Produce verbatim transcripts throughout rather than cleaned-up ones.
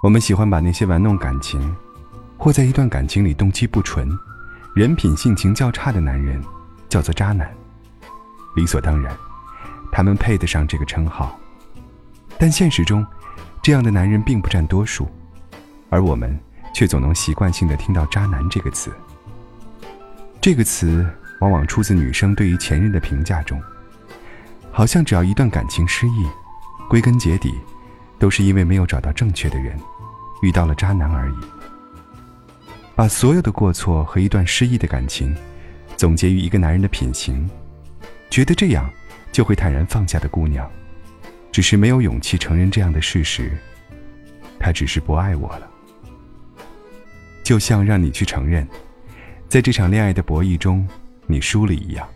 我们喜欢把那些玩弄感情，或在一段感情里动机不纯、人品性情较差的男人叫做渣男。理所当然，他们配得上这个称号。但现实中，这样的男人并不占多数，而我们却总能习惯性地听到渣男这个词。这个词往往出自女生对于前任的评价中，好像只要一段感情失意，归根结底都是因为没有找到正确的人，遇到了渣男而已。把所有的过错和一段失意的感情总结于一个男人的品行，觉得这样就会坦然放下的姑娘，只是没有勇气承认这样的事实，他只是不爱我了。就像让你去承认，在这场恋爱的博弈中你输了一样。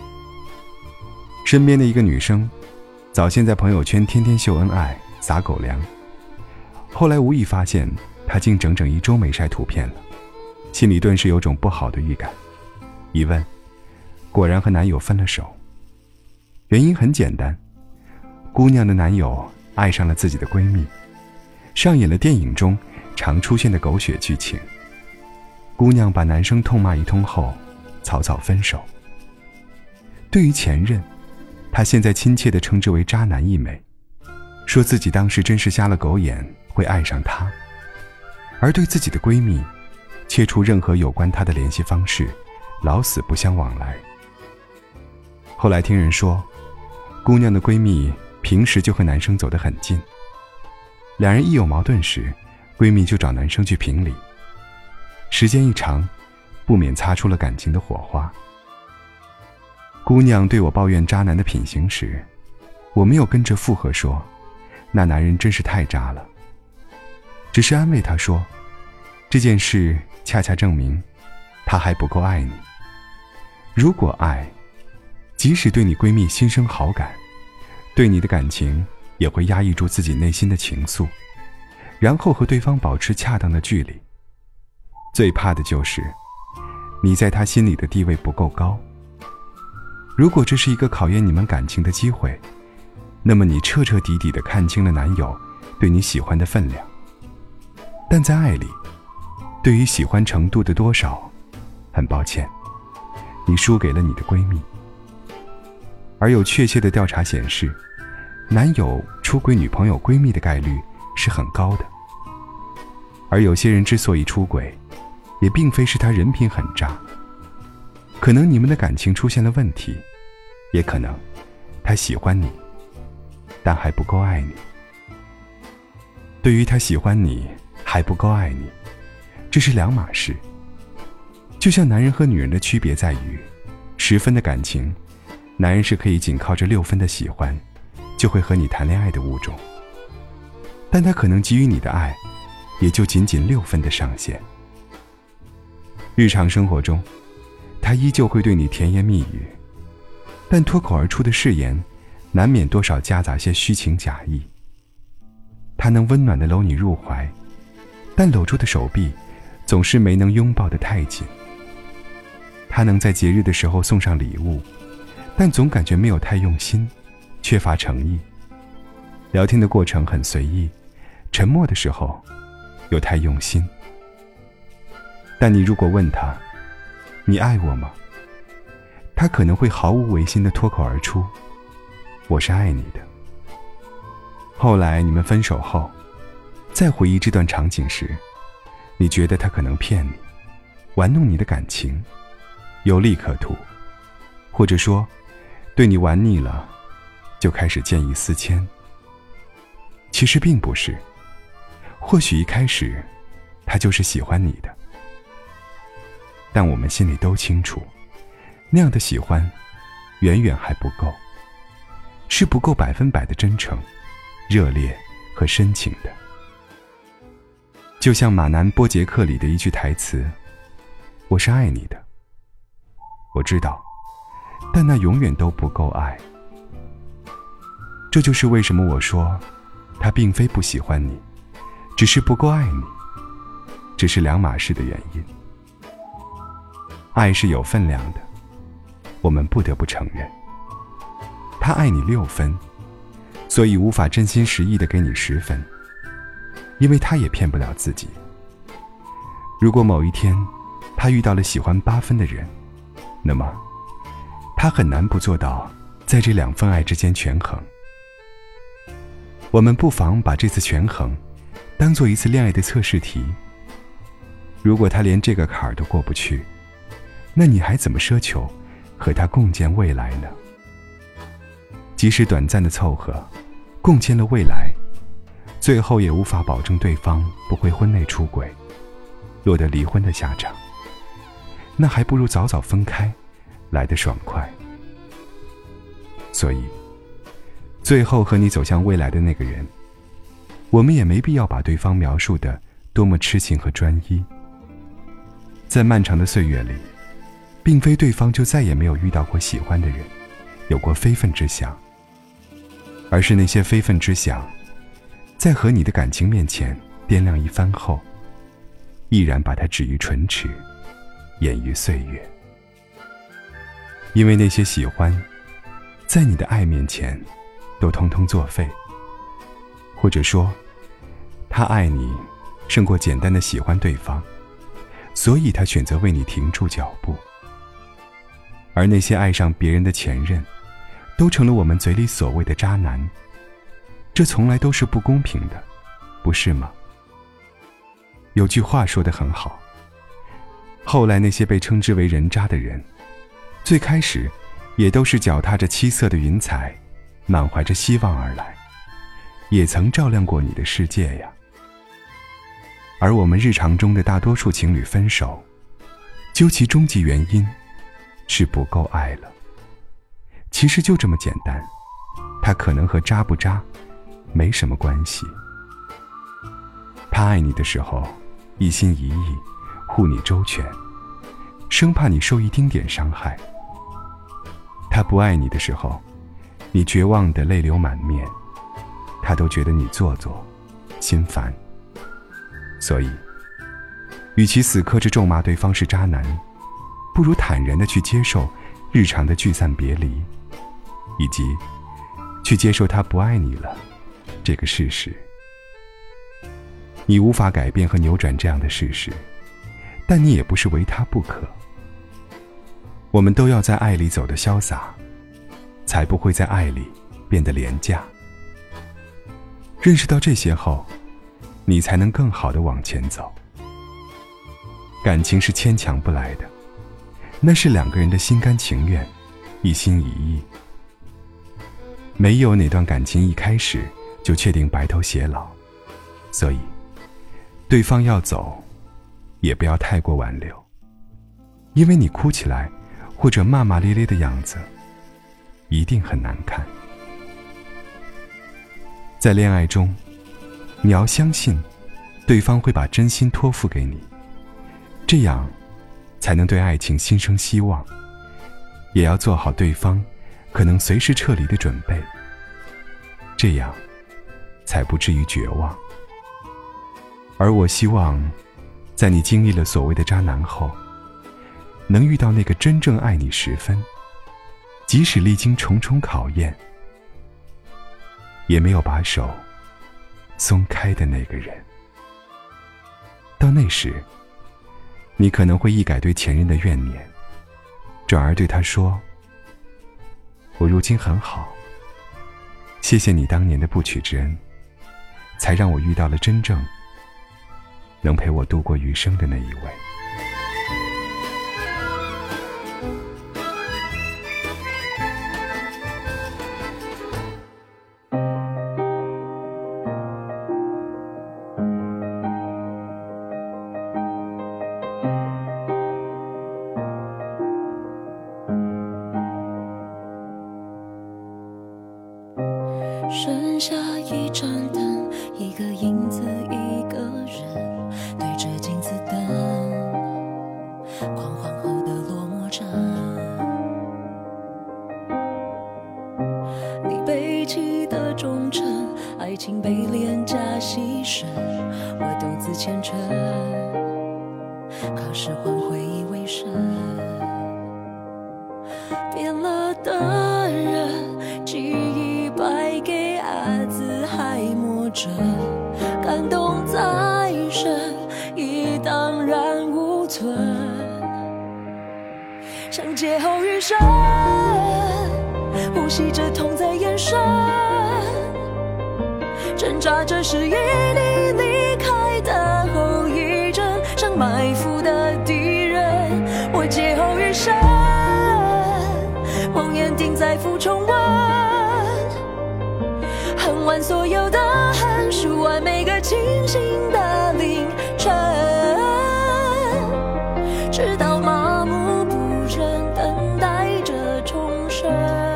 身边的一个女生早先在朋友圈天天秀恩爱撒狗粮，后来无意发现她竟整整一周没晒图片了，心里顿时有种不好的预感。一问，果然和男友分了手。原因很简单，姑娘的男友爱上了自己的闺蜜，上演了电影中常出现的狗血剧情。姑娘把男生痛骂一通后草草分手。对于前任，她现在亲切地称之为渣男一枚，说自己当时真是瞎了狗眼会爱上他。而对自己的闺蜜，切除任何有关她的联系方式，老死不相往来。后来听人说，姑娘的闺蜜平时就和男生走得很近，两人一有矛盾时，闺蜜就找男生去评理，时间一长，不免擦出了感情的火花。姑娘对我抱怨渣男的品行时，我没有跟着附和说那男人真是太渣了，只是安慰她说，这件事恰恰证明他还不够爱你。如果爱，即使对你闺蜜心生好感，对你的感情也会压抑住自己内心的情愫，然后和对方保持恰当的距离。最怕的就是你在他心里的地位不够高。如果这是一个考验你们感情的机会，那么你彻彻底底地看清了男友对你喜欢的分量。但在爱里，对于喜欢程度的多少，很抱歉，你输给了你的闺蜜。而有确切的调查显示，男友出轨女朋友闺蜜的概率是很高的。而有些人之所以出轨，也并非是他人品很渣，可能你们的感情出现了问题，也可能他喜欢你，但还不够爱你。对于他喜欢你还不够爱你，这是两码事。就像男人和女人的区别在于，十分的感情，男人是可以仅靠着六分的喜欢就会和你谈恋爱的物种，但他可能给予你的爱也就仅仅六分的上限。日常生活中，他依旧会对你甜言蜜语，但脱口而出的誓言难免多少夹杂些虚情假意。他能温暖地搂你入怀，但搂住的手臂总是没能拥抱得太紧。他能在节日的时候送上礼物，但总感觉没有太用心，缺乏诚意。聊天的过程很随意，沉默的时候又太用心。但你如果问他，你爱我吗？他可能会毫无违心地脱口而出，我是爱你的。后来你们分手后，再回忆这段场景时，你觉得他可能骗你，玩弄你的感情，有利可图，或者说对你玩腻了，就开始见异思迁。其实并不是，或许一开始他就是喜欢你的，但我们心里都清楚，那样的喜欢远远还不够，是不够百分百的真诚、热烈和深情的。就像马南波杰克里的一句台词，我是爱你的，我知道，但那永远都不够爱。这就是为什么我说他并非不喜欢你，只是不够爱你，只是两码事的原因。爱是有分量的，我们不得不承认。他爱你六分，所以无法真心实意地给你十分。 因为他也骗不了自己。如果某一天他遇到了喜欢八分的人，那么他很难不做到在这两份爱之间权衡。我们不妨把这次权衡当做一次恋爱的测试题。如果他连这个坎儿都过不去，那你还怎么奢求和他共建未来呢？即使短暂的凑合，共建了未来，最后也无法保证对方不会婚内出轨，落得离婚的下场。那还不如早早分开，来得爽快。所以，最后和你走向未来的那个人，我们也没必要把对方描述得多么痴情和专一。在漫长的岁月里，并非对方就再也没有遇到过喜欢的人，有过非分之想，而是那些非分之想，在和你的感情面前掂量一番后，毅然把它置于唇齿，掩于岁月。因为那些喜欢，在你的爱面前都通通作废。或者说，他爱你胜过简单的喜欢对方，所以他选择为你停住脚步。而那些爱上别人的前任，都成了我们嘴里所谓的渣男。这从来都是不公平的，不是吗？有句话说得很好，后来那些被称之为人渣的人，最开始也都是脚踏着七色的云彩，满怀着希望而来，也曾照亮过你的世界呀。而我们日常中的大多数情侣分手，究其终极原因是不够爱了。其实就这么简单，他可能和渣不渣没什么关系。他爱你的时候一心一意，护你周全，生怕你受一丁点伤害。他不爱你的时候，你绝望的泪流满面，他都觉得你做作心烦。所以与其死磕着咒骂对方是渣男，不如坦然地去接受日常的聚散别离，以及去接受他不爱你了这个事实。你无法改变和扭转这样的事实，但你也不是唯他不可。我们都要在爱里走得潇洒，才不会在爱里变得廉价。认识到这些后，你才能更好地往前走。感情是牵强不来的，那是两个人的心甘情愿，一心一意。没有哪段感情一开始就确定白头偕老，所以对方要走，也不要太过挽留，因为你哭起来或者骂骂咧咧的样子，一定很难看。在恋爱中，你要相信对方会把真心托付给你，这样才能对爱情心生希望，也要做好对方可能随时撤离的准备，这样才不至于绝望。而我希望在你经历了所谓的渣男后，能遇到那个真正爱你十分，即使历经重重考验也没有把手松开的那个人。到那时，你可能会一改对前任的怨念，转而对他说，我如今很好，谢谢你当年的不娶之恩，才让我遇到了真正能陪我度过余生的那一位。 剩下一盏灯，一个影子，一个人对着镜子等狂欢后的落寞战。你背弃的忠诚，爱情被廉价牺牲，我独自虔诚，靠使唤回忆为生。变了的人，记忆败给阿兹海默症， 感动再深已荡然无存，像劫后余生，呼吸着痛在眼神，挣扎着是与你离开的后遗症，像埋伏的敌人。我劫后余生，梦魇定在腹重温，恨完所有的恨，数完每个清醒的凌晨，直到麻木不仁，等待着重生。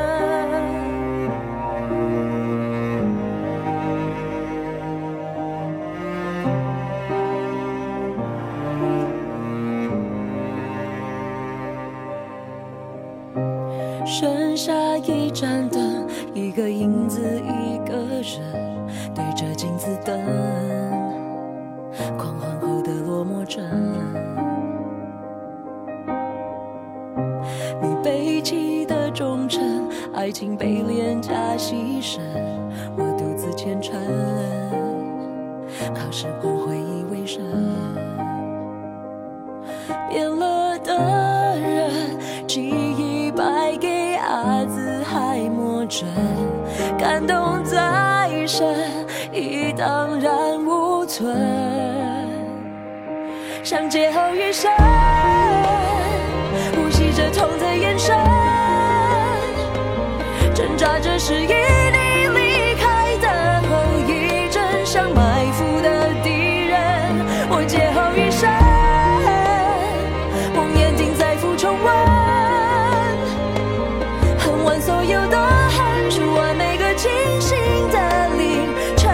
剩下一盏灯，一个影子，一个人对着镜子等狂欢后的落寞症。你背弃的忠诚，爱情被廉价牺牲，我独自虔诚，靠时光回忆为生。变了的人，记忆败给阿兹海默症，感动再深已荡然无存，像劫后余生，呼吸着痛在眼神，挣扎着是与你离开的后遗症，像埋伏的敌人。我劫后余生，梦魇定在腹重温，恨完所有的恨，数完每个清醒的凌晨，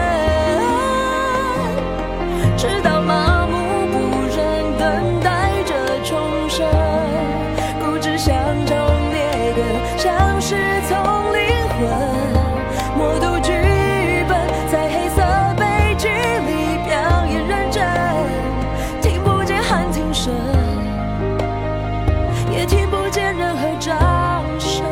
直到麻木不仁，等待着重生。固执像种劣根，像是从灵魂默读剧本，在黑色悲剧里表演认真，听不见喊停声，也听不见任何掌声。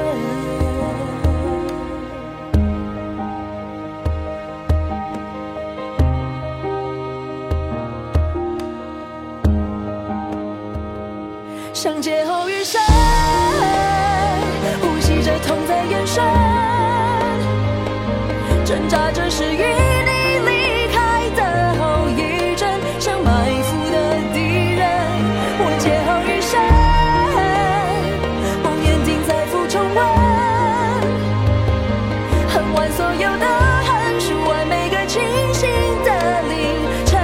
像劫后余生，呼吸着痛在眼神，挣扎着是与你离开的后遗症，像埋伏的敌人。我劫后余生，梦魇定在腹重温，恨完所有的恨，数完每个清醒的凌晨，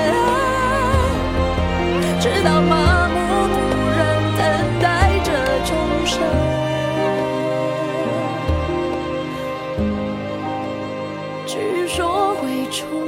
直到麻木不仁，等待着重生。据说会出